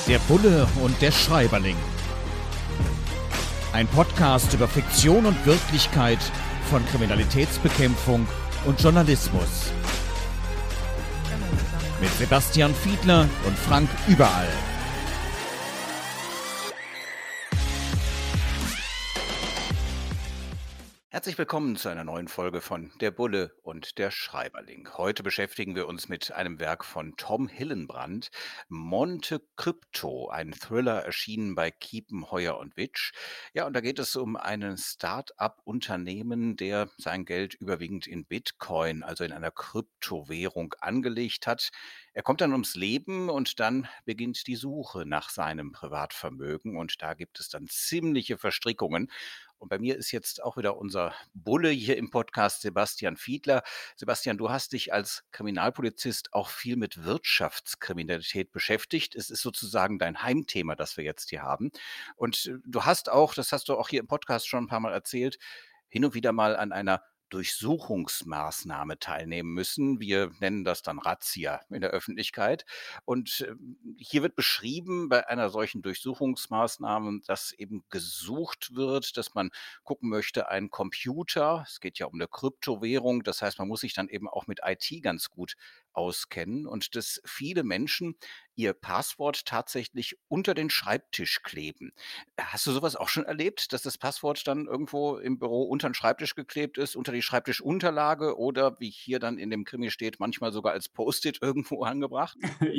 Der Bulle und der Schreiberling. Ein Podcast über Fiktion und Wirklichkeit von Kriminalitätsbekämpfung und Journalismus. Mit Sebastian Fiedler und Frank Überall. Herzlich willkommen zu einer neuen Folge von Der Bulle und der Schreiberling. Heute beschäftigen wir uns mit einem Werk von Tom Hillenbrand, Monte Crypto, ein Thriller erschienen bei Kiepen, Heuer und Witsch. Ja, und da geht es um ein Start-up-Unternehmen, der sein Geld überwiegend in Bitcoin, also in einer Kryptowährung, angelegt hat. Er kommt dann ums Leben und dann beginnt die Suche nach seinem Privatvermögen und da gibt es dann ziemliche Verstrickungen. Und bei mir ist jetzt auch wieder unser Bulle hier im Podcast, Sebastian Fiedler. Sebastian, du hast dich als Kriminalpolizist auch viel mit Wirtschaftskriminalität beschäftigt. Es ist sozusagen dein Heimthema, das wir jetzt hier haben. Und du hast auch, das hast du auch hier im Podcast schon ein paar Mal erzählt, hin und wieder mal an einer Durchsuchungsmaßnahme teilnehmen müssen. Wir nennen das dann Razzia in der Öffentlichkeit. Und hier wird beschrieben bei einer solchen Durchsuchungsmaßnahme, dass eben gesucht wird, dass man gucken möchte, ein Computer, es geht ja um eine Kryptowährung, das heißt, man muss sich dann eben auch mit IT ganz gut auskennen und dass viele Menschen ihr Passwort tatsächlich unter den Schreibtisch kleben. Hast du sowas auch schon erlebt, dass das Passwort dann irgendwo im Büro unter den Schreibtisch geklebt ist, unter die Schreibtischunterlage oder wie hier dann in dem Krimi steht, manchmal sogar als Post-it irgendwo angebracht?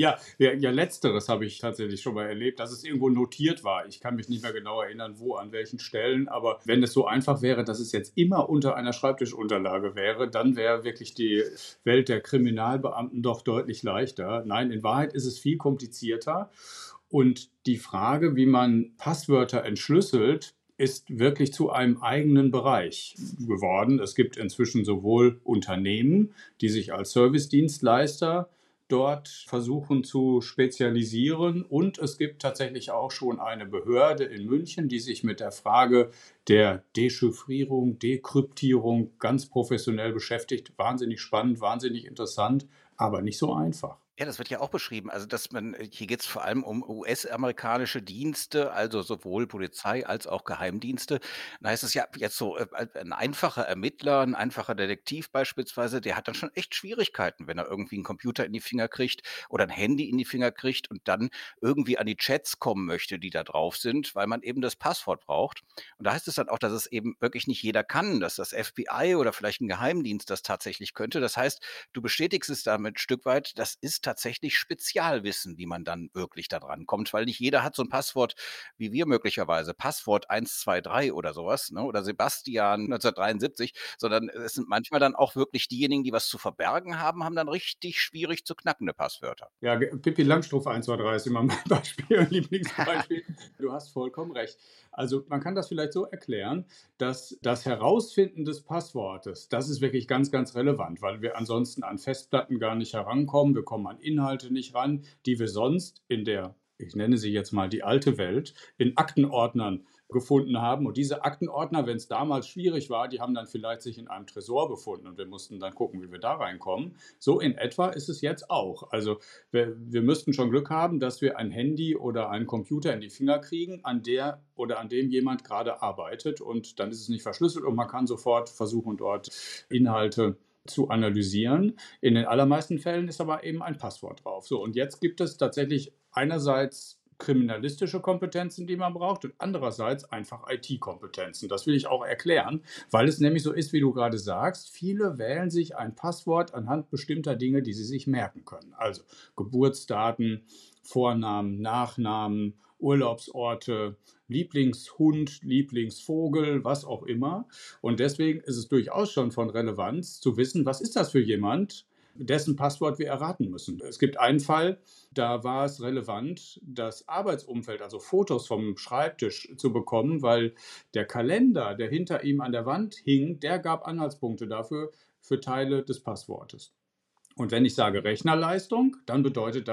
Ja, letzteres habe ich tatsächlich schon mal erlebt, dass es irgendwo notiert war. Ich kann mich nicht mehr genau erinnern, wo, an welchen Stellen, aber wenn es so einfach wäre, dass es jetzt immer unter einer Schreibtischunterlage wäre, dann wäre wirklich die Welt der Kriminalbeamten doch deutlich leichter. Nein, in Wahrheit ist es viel komplizierter und die Frage, wie man Passwörter entschlüsselt, ist wirklich zu einem eigenen Bereich geworden. Es gibt inzwischen sowohl Unternehmen, die sich als Servicedienstleister dort versuchen zu spezialisieren. Und es gibt tatsächlich auch schon eine Behörde in München, die sich mit der Frage der Dechiffrierung, Dekryptierung ganz professionell beschäftigt. Wahnsinnig spannend, wahnsinnig interessant, aber nicht so einfach. Ja, das wird ja auch beschrieben. Also, dass man hier geht es vor allem um US-amerikanische Dienste, also sowohl Polizei als auch Geheimdienste. Da heißt es ja jetzt so, ein einfacher Ermittler, ein einfacher Detektiv beispielsweise, der hat dann schon echt Schwierigkeiten, wenn er irgendwie einen Computer in die Finger kriegt oder ein Handy in die Finger kriegt und dann irgendwie an die Chats kommen möchte, die da drauf sind, weil man eben das Passwort braucht. Und da heißt es dann auch, dass es eben wirklich nicht jeder kann, dass das FBI oder vielleicht ein Geheimdienst das tatsächlich könnte. Das heißt, du bestätigst es damit ein Stück weit, das ist tatsächlich Spezialwissen, wie man dann wirklich da dran kommt, weil nicht jeder hat so ein Passwort wie wir möglicherweise, Passwort 123 oder sowas, ne, oder Sebastian 1973, sondern es sind manchmal dann auch wirklich diejenigen, die was zu verbergen haben, haben dann richtig schwierig zu knackende Passwörter. Ja, Pippi Langstrumpf 1, 2, 3 ist immer mein Beispiel, Lieblingsbeispiel. Du hast vollkommen recht. Also man kann das vielleicht so erklären, dass das Herausfinden des Passwortes, das ist wirklich ganz, ganz relevant, weil wir ansonsten an Festplatten gar nicht herankommen. Wir kommen an Inhalte nicht ran, die wir sonst in der, ich nenne sie jetzt mal die alte Welt, in Aktenordnern gefunden haben. Und diese Aktenordner, wenn es damals schwierig war, die haben dann vielleicht sich in einem Tresor befunden und wir mussten dann gucken, wie wir da reinkommen. So in etwa ist es jetzt auch. Also wir müssten schon Glück haben, dass wir ein Handy oder einen Computer in die Finger kriegen, an der oder an dem jemand gerade arbeitet und dann ist es nicht verschlüsselt und man kann sofort versuchen, dort Inhalte zu analysieren. In den allermeisten Fällen ist aber eben ein Passwort drauf. So, und jetzt gibt es tatsächlich einerseits kriminalistische Kompetenzen, die man braucht, und andererseits einfach IT-Kompetenzen. Das will ich auch erklären, weil es nämlich so ist, wie du gerade sagst, viele wählen sich ein Passwort anhand bestimmter Dinge, die sie sich merken können. Also Geburtsdaten, Vornamen, Nachnamen, Urlaubsorte, Lieblingshund, Lieblingsvogel, was auch immer. Und deswegen ist es durchaus schon von Relevanz zu wissen, was ist das für jemand, dessen Passwort wir erraten müssen. Es gibt einen Fall, da war es relevant, das Arbeitsumfeld, also Fotos vom Schreibtisch zu bekommen, weil der Kalender, der hinter ihm an der Wand hing, der gab Anhaltspunkte dafür, für Teile des Passwortes. Und wenn ich sage Rechnerleistung, dann bedeutet das,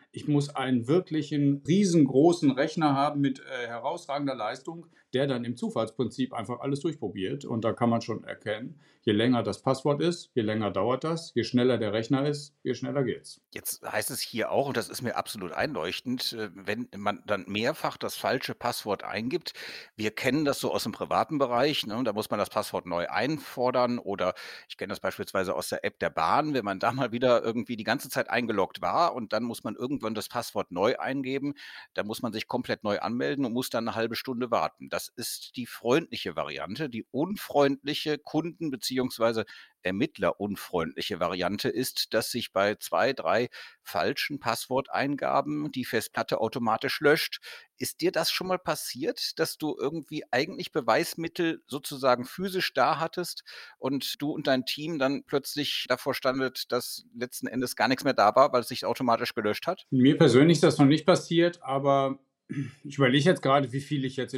Ich muss einen wirklichen riesengroßen Rechner haben mit, herausragender Leistung, der dann im Zufallsprinzip einfach alles durchprobiert. Und da kann man schon erkennen, je länger das Passwort ist, je länger dauert das, je schneller der Rechner ist, je schneller geht's. Jetzt heißt es hier auch, und das ist mir absolut einleuchtend, wenn man dann mehrfach das falsche Passwort eingibt. Wir kennen das so aus dem privaten Bereich, ne? Da muss man das Passwort neu einfordern, oder ich kenne das beispielsweise aus der App der Bahn, wenn man da mal wieder irgendwie die ganze Zeit eingeloggt war und dann muss man irgendwann das Passwort neu eingeben. Da muss man sich komplett neu anmelden und muss dann eine halbe Stunde warten. Das ist die freundliche Variante. Die unfreundliche Kunden beziehungsweise ermittlerunfreundliche Variante ist, dass sich bei 2, 3 falschen Passworteingaben die Festplatte automatisch löscht. Ist dir das schon mal passiert, dass du irgendwie eigentlich Beweismittel sozusagen physisch da hattest und du und dein Team dann plötzlich davor standet, dass letzten Endes gar nichts mehr da war, weil es sich automatisch gelöscht hat? Mir persönlich ist das noch nicht passiert, aber ich überlege jetzt gerade, wie viel ich jetzt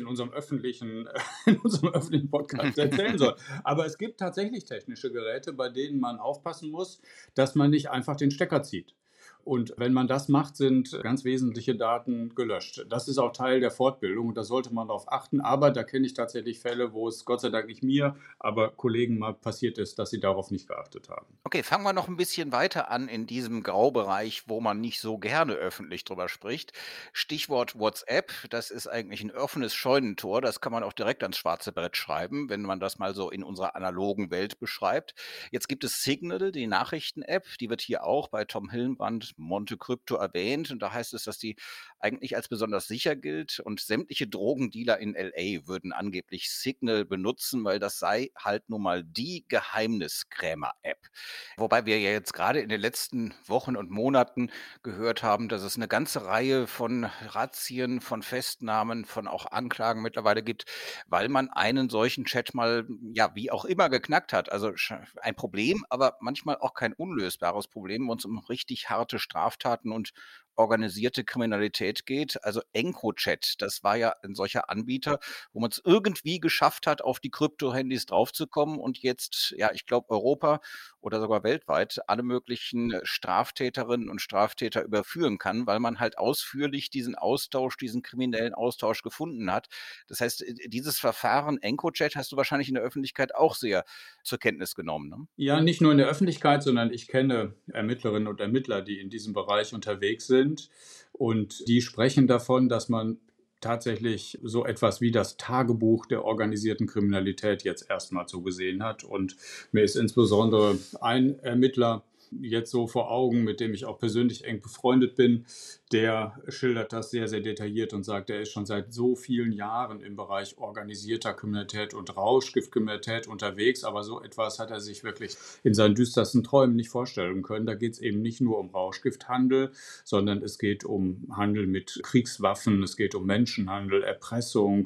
in unserem öffentlichen Podcast erzählen soll. Aber es gibt tatsächlich technische Geräte, bei denen man aufpassen muss, dass man nicht einfach den Stecker zieht. Und wenn man das macht, sind ganz wesentliche Daten gelöscht. Das ist auch Teil der Fortbildung und da sollte man darauf achten. Aber da kenne ich tatsächlich Fälle, wo es Gott sei Dank nicht mir, aber Kollegen mal passiert ist, dass sie darauf nicht geachtet haben. Okay, fangen wir noch ein bisschen weiter an in diesem Graubereich, wo man nicht so gerne öffentlich drüber spricht. Stichwort WhatsApp, das ist eigentlich ein offenes Scheunentor. Das kann man auch direkt ans schwarze Brett schreiben, wenn man das mal so in unserer analogen Welt beschreibt. Jetzt gibt es Signal, die Nachrichten-App, die wird hier auch bei Tom Hillenbrand Monte Crypto erwähnt und da heißt es, dass die eigentlich als besonders sicher gilt und sämtliche Drogendealer in LA würden angeblich Signal benutzen, weil das sei halt nun mal die Geheimniskrämer-App. Wobei wir ja jetzt gerade in den letzten Wochen und Monaten gehört haben, dass es eine ganze Reihe von Razzien, von Festnahmen, von auch Anklagen mittlerweile gibt, weil man einen solchen Chat mal, ja, wie auch immer geknackt hat. Also ein Problem, aber manchmal auch kein unlösbares Problem, wenn es um richtig harte Straftaten und organisierte Kriminalität geht. Also EncroChat, das war ja ein solcher Anbieter, wo man es irgendwie geschafft hat, auf die Krypto-Handys draufzukommen und jetzt, ja, ich glaube, Europa oder sogar weltweit alle möglichen Straftäterinnen und Straftäter überführen kann, weil man halt ausführlich diesen Austausch, diesen kriminellen Austausch gefunden hat. Das heißt, dieses Verfahren EncroChat hast du wahrscheinlich in der Öffentlichkeit auch sehr zur Kenntnis genommen, ne? Ja, nicht nur in der Öffentlichkeit, sondern ich kenne Ermittlerinnen und Ermittler, die in diesem Bereich unterwegs sind. Und die sprechen davon, dass man tatsächlich so etwas wie das Tagebuch der organisierten Kriminalität jetzt erstmals so gesehen hat. Und mir ist insbesondere ein Ermittler jetzt so vor Augen, mit dem ich auch persönlich eng befreundet bin, der schildert das sehr, sehr detailliert und sagt, er ist schon seit so vielen Jahren im Bereich organisierter Kriminalität und Rauschgiftkriminalität unterwegs, aber so etwas hat er sich wirklich in seinen düstersten Träumen nicht vorstellen können. Da geht es eben nicht nur um Rauschgifthandel, sondern es geht um Handel mit Kriegswaffen, es geht um Menschenhandel, Erpressung,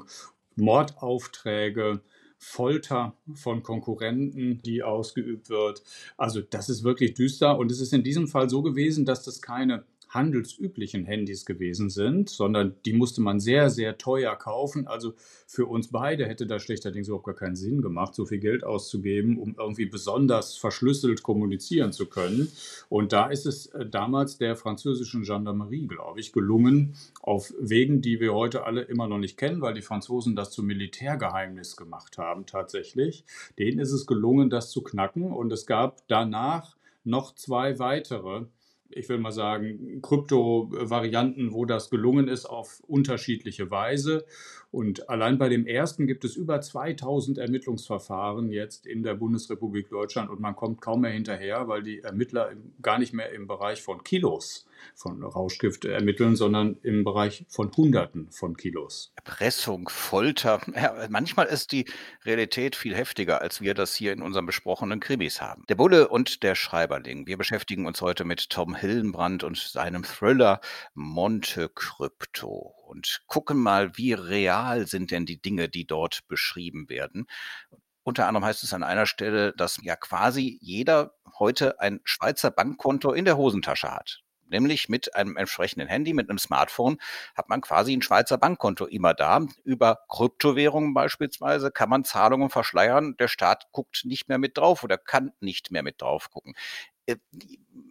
Mordaufträge, Folter von Konkurrenten, die ausgeübt wird. Also das ist wirklich düster und es ist in diesem Fall so gewesen, dass das keine handelsüblichen Handys gewesen sind, sondern die musste man sehr, sehr teuer kaufen. Also für uns beide hätte das schlechterdings überhaupt gar keinen Sinn gemacht, so viel Geld auszugeben, um irgendwie besonders verschlüsselt kommunizieren zu können. Und da ist es damals der französischen Gendarmerie, glaube ich, gelungen, auf Wegen, die wir heute alle immer noch nicht kennen, weil die Franzosen das zum Militärgeheimnis gemacht haben tatsächlich. Denen ist es gelungen, das zu knacken und es gab danach noch 2 weitere, ich will mal sagen, Krypto-Varianten, wo das gelungen ist auf unterschiedliche Weise. Und allein bei dem ersten gibt es über 2000 Ermittlungsverfahren jetzt in der Bundesrepublik Deutschland und man kommt kaum mehr hinterher, weil die Ermittler gar nicht mehr im Bereich von Kilos von Rauschgift ermitteln, sondern im Bereich von Hunderten von Kilos. Erpressung, Folter. Ja, manchmal ist die Realität viel heftiger, als wir das hier in unseren besprochenen Krimis haben. Der Bulle und der Schreiberling. Wir beschäftigen uns heute mit Tom Hillenbrand und seinem Thriller Monte Crypto und gucken mal, wie real sind denn die Dinge, die dort beschrieben werden. Unter anderem heißt es an einer Stelle, dass ja quasi jeder heute ein Schweizer Bankkonto in der Hosentasche hat. Nämlich mit einem entsprechenden Handy, mit einem Smartphone hat man quasi ein Schweizer Bankkonto immer da. Über Kryptowährungen beispielsweise kann man Zahlungen verschleiern. Der Staat guckt nicht mehr mit drauf oder kann nicht mehr mit drauf gucken. Äh,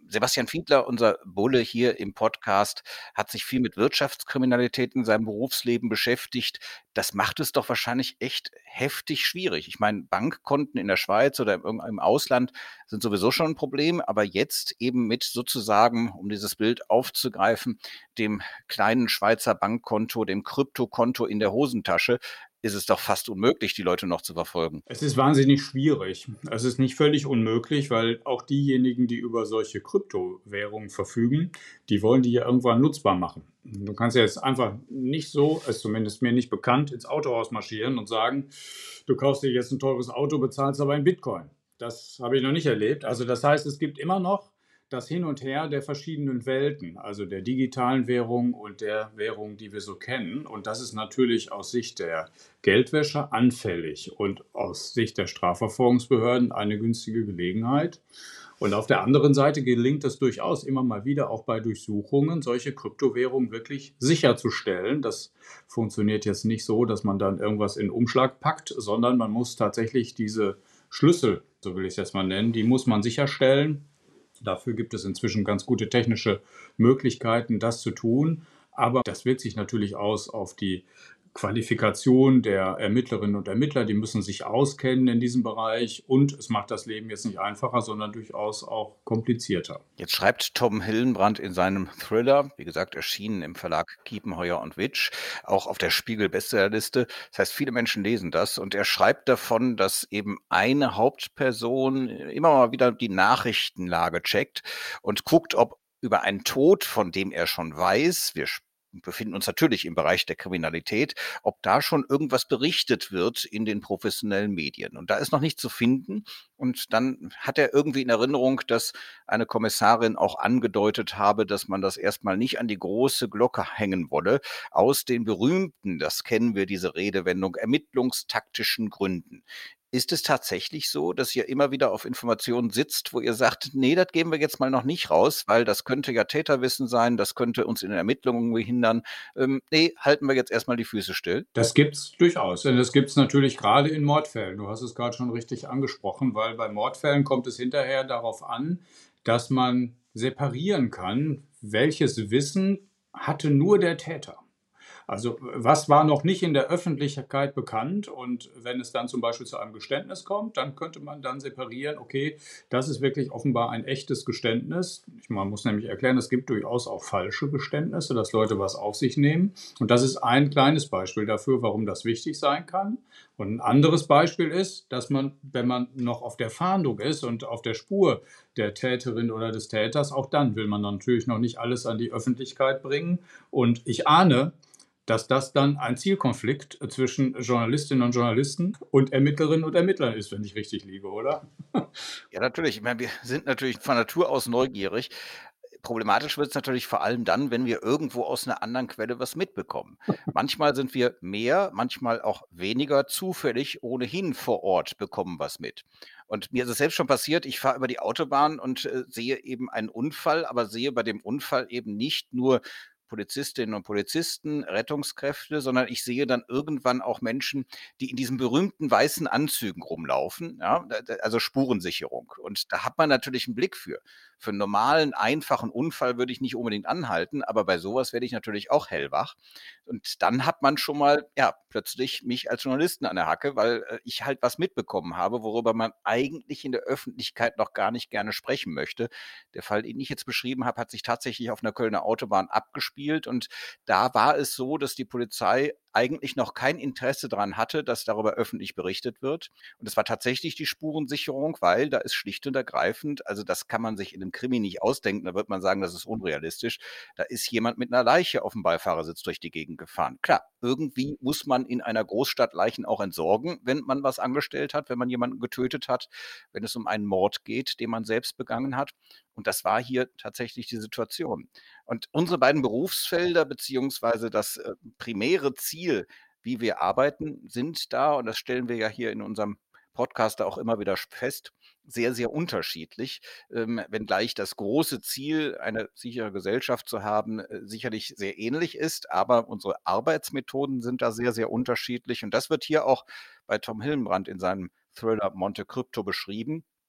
Sebastian Fiedler, unser Bulle hier im Podcast, hat sich viel mit Wirtschaftskriminalität in seinem Berufsleben beschäftigt. Das macht es doch wahrscheinlich echt heftig schwierig. Ich meine, Bankkonten in der Schweiz oder im Ausland sind sowieso schon ein Problem, aber jetzt eben mit sozusagen, um dieses Bild aufzugreifen, dem kleinen Schweizer Bankkonto, dem Kryptokonto in der Hosentasche, ist es doch fast unmöglich, die Leute noch zu verfolgen. Es ist wahnsinnig schwierig. Es ist nicht völlig unmöglich, weil auch diejenigen, die über solche Kryptowährungen verfügen, die wollen die ja irgendwann nutzbar machen. Du kannst ja jetzt einfach nicht so, ist zumindest mir nicht bekannt, ins Autohaus marschieren und sagen, du kaufst dir jetzt ein teures Auto, bezahlst aber in Bitcoin. Das habe ich noch nicht erlebt. Also das heißt, es gibt immer noch das Hin und Her der verschiedenen Welten, also der digitalen Währung und der Währung, die wir so kennen. Und das ist natürlich aus Sicht der Geldwäsche anfällig und aus Sicht der Strafverfolgungsbehörden eine günstige Gelegenheit. Und auf der anderen Seite gelingt es durchaus immer mal wieder auch bei Durchsuchungen, solche Kryptowährungen wirklich sicherzustellen. Das funktioniert jetzt nicht so, dass man dann irgendwas in Umschlag packt, sondern man muss tatsächlich diese Schlüssel, so will ich es jetzt mal nennen, die muss man sicherstellen. Dafür gibt es inzwischen ganz gute technische Möglichkeiten, das zu tun. Aber das wirkt sich natürlich aus auf die Qualifikation der Ermittlerinnen und Ermittler. Die müssen sich auskennen in diesem Bereich und es macht das Leben jetzt nicht einfacher, sondern durchaus auch komplizierter. Jetzt schreibt Tom Hillenbrand in seinem Thriller, wie gesagt, erschienen im Verlag Kiepenheuer und Witsch, auch auf der Spiegel-Bestsellerliste. Das heißt, viele Menschen lesen das und er schreibt davon, dass eben eine Hauptperson immer mal wieder die Nachrichtenlage checkt und guckt, ob über einen Tod, von dem er schon weiß, wir befinden uns natürlich im Bereich der Kriminalität, ob da schon irgendwas berichtet wird in den professionellen Medien. Und da ist noch nichts zu finden. Und dann hat er irgendwie in Erinnerung, dass eine Kommissarin auch angedeutet habe, dass man das erstmal nicht an die große Glocke hängen wolle, aus den berühmten, das kennen wir, diese Redewendung, ermittlungstaktischen Gründen. Ist es tatsächlich so, dass ihr immer wieder auf Informationen sitzt, wo ihr sagt, nee, das geben wir jetzt mal noch nicht raus, weil das könnte ja Täterwissen sein, das könnte uns in den Ermittlungen behindern. Nee, halten wir jetzt erstmal die Füße still? Das gibt's durchaus. Und das gibt's natürlich gerade in Mordfällen. Du hast es gerade schon richtig angesprochen, weil bei Mordfällen kommt es hinterher darauf an, dass man separieren kann, welches Wissen hatte nur der Täter. Also, was war noch nicht in der Öffentlichkeit bekannt? Und wenn es dann zum Beispiel zu einem Geständnis kommt, dann könnte man dann separieren, okay, das ist wirklich offenbar ein echtes Geständnis. Man muss nämlich erklären, es gibt durchaus auch falsche Geständnisse, dass Leute was auf sich nehmen. Und das ist ein kleines Beispiel dafür, warum das wichtig sein kann. Und ein anderes Beispiel ist, dass man, wenn man noch auf der Fahndung ist und auf der Spur der Täterin oder des Täters, auch dann will man natürlich noch nicht alles an die Öffentlichkeit bringen. Und ich ahne, dass das dann ein Zielkonflikt zwischen Journalistinnen und Journalisten und Ermittlerinnen und Ermittlern ist, wenn ich richtig liege, oder? Ja, natürlich. Ich meine, wir sind natürlich von Natur aus neugierig. Problematisch wird es natürlich vor allem dann, wenn wir irgendwo aus einer anderen Quelle was mitbekommen. Manchmal sind wir mehr, manchmal auch weniger zufällig ohnehin vor Ort, bekommen was mit. Und mir ist es selbst schon passiert, ich fahre über die Autobahn und, sehe eben einen Unfall, aber sehe bei dem Unfall eben nicht nur Polizistinnen und Polizisten, Rettungskräfte, sondern ich sehe dann irgendwann auch Menschen, die in diesen berühmten weißen Anzügen rumlaufen, ja, also Spurensicherung. Und da hat man natürlich einen Blick für. Für einen normalen, einfachen Unfall würde ich nicht unbedingt anhalten, aber bei sowas werde ich natürlich auch hellwach. Und dann hat man schon mal, ja, plötzlich mich als Journalisten an der Hacke, weil ich halt was mitbekommen habe, worüber man eigentlich in der Öffentlichkeit noch gar nicht gerne sprechen möchte. Der Fall, den ich jetzt beschrieben habe, hat sich tatsächlich auf einer Kölner Autobahn abgespielt und da war es so, dass die Polizei eigentlich noch kein Interesse daran hatte, dass darüber öffentlich berichtet wird. Und es war tatsächlich die Spurensicherung, weil da ist schlicht und ergreifend, also das kann man sich in einem Krimi nicht ausdenken, da wird man sagen, das ist unrealistisch. Da ist jemand mit einer Leiche auf dem Beifahrersitz durch die Gegend gefahren. Klar, irgendwie muss man in einer Großstadt Leichen auch entsorgen, wenn man was angestellt hat, wenn man jemanden getötet hat, wenn es um einen Mord geht, den man selbst begangen hat. Und das war hier tatsächlich die Situation. Und unsere beiden Berufsfelder beziehungsweise das primäre Ziel, wie wir arbeiten, sind da, und das stellen wir ja hier in unserem Podcast auch immer wieder fest, sehr, sehr unterschiedlich. Wenngleich das große Ziel, eine sichere Gesellschaft zu haben, sicherlich sehr ähnlich ist, aber unsere Arbeitsmethoden sind da sehr, sehr unterschiedlich. Und das wird hier auch bei Tom Hillenbrand in seinem Thriller Monte Crypto beschrieben.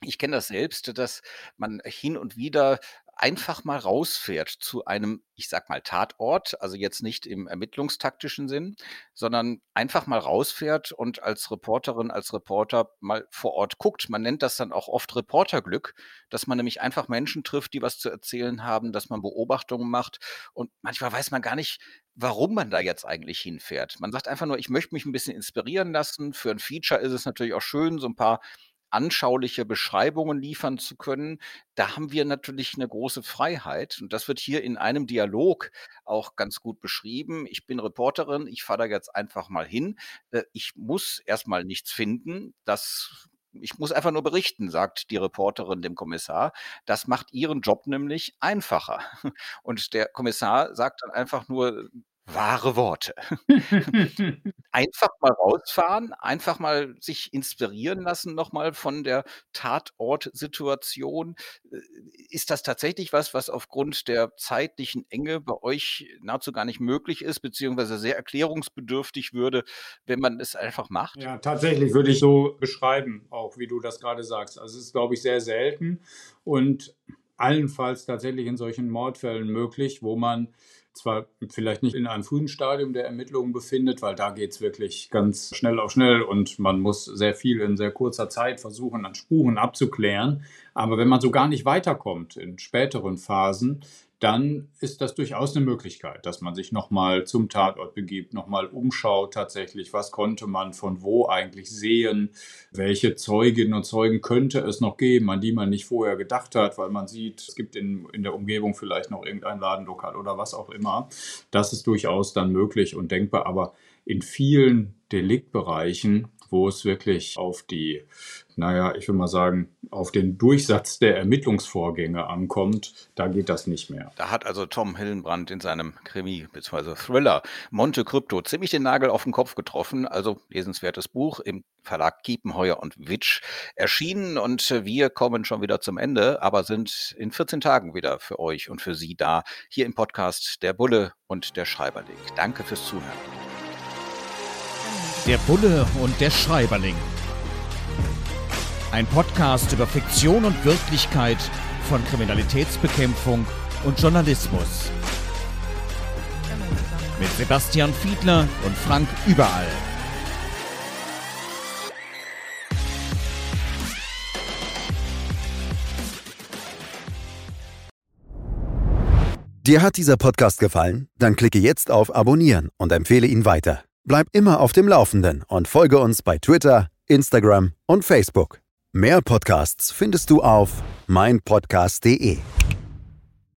Ich kenne das selbst, dass man hin und wieder einfach mal rausfährt zu einem, ich sage mal, Tatort, also jetzt nicht im ermittlungstaktischen Sinn, sondern einfach mal rausfährt und als Reporterin, als Reporter mal vor Ort guckt. Man nennt das dann auch oft Reporterglück, dass man nämlich einfach Menschen trifft, die was zu erzählen haben, dass man Beobachtungen macht und manchmal weiß man gar nicht, warum man da jetzt eigentlich hinfährt. Man sagt einfach nur: „Ich möchte mich ein bisschen inspirieren lassen.“ Für ein Feature ist es natürlich auch schön, so ein paar anschauliche Beschreibungen liefern zu können. Da haben wir natürlich 'ne große Freiheit und das wird hier in einem Dialog auch ganz gut beschrieben. Ich bin Reporterin, ich fahre da jetzt einfach mal hin. Ich muss erst mal nichts finden. Ich muss einfach nur berichten, sagt die Reporterin dem Kommissar. Das macht ihren Job nämlich einfacher. Und der Kommissar sagt dann einfach nur wahre Worte. Einfach mal rausfahren, einfach mal sich inspirieren lassen noch mal von der Tatortsituation. Äh, Ist das tatsächlich was, was aufgrund der zeitlichen Enge bei euch nahezu gar nicht möglich ist, beziehungsweise sehr erklärungsbedürftig würde, wenn man es einfach macht? Ja, tatsächlich würde ich so beschreiben, auch wie du das gerade sagst. Also, es ist, glaube ich, sehr selten und allenfalls tatsächlich in solchen Mordfällen möglich, wo man zwar vielleicht nicht in einem frühen Stadium der Ermittlungen befindet, weil da geht's wirklich ganz schnell auf schnell und man muss sehr viel in sehr kurzer Zeit versuchen, an Spuren abzuklären. Aber wenn man so gar nicht weiterkommt in späteren Phasen, dann ist das durchaus eine Möglichkeit, dass man sich noch mal zum Tatort begibt, noch mal umschaut tatsächlich, was konnte man von wo eigentlich sehen, welche Zeuginnen und Zeugen könnte es noch geben, an die man nicht vorher gedacht hat, weil man sieht, es gibt in der Umgebung vielleicht noch irgendein Ladenlokal oder was auch immer. Das ist durchaus dann möglich und denkbar, aber in vielen Deliktbereichen, wo es wirklich auf die, naja, ich will mal sagen, auf den Durchsatz der Ermittlungsvorgänge ankommt, da geht das nicht mehr. Da hat also Tom Hillenbrand in seinem Krimi beziehungsweise Thriller Monte Krypto ziemlich den Nagel auf den Kopf getroffen. Also lesenswertes Buch im Verlag Kiepenheuer und Witsch erschienen und wir kommen schon wieder zum Ende, aber sind in 14 Tagen wieder für euch und für Sie da, hier im Podcast Der Bulle und der Schreiberling. Danke fürs Zuhören. Der Bulle und der Schreiberling. Ein Podcast über Fiktion und Wirklichkeit von Kriminalitätsbekämpfung und Journalismus. Mit Sebastian Fiedler und Frank Überall. Dir hat dieser Podcast gefallen? Dann klicke jetzt auf Abonnieren und empfehle ihn weiter. Bleib immer auf dem Laufenden und folge uns bei Twitter, Instagram und Facebook. Mehr Podcasts findest du auf meinpodcast.de.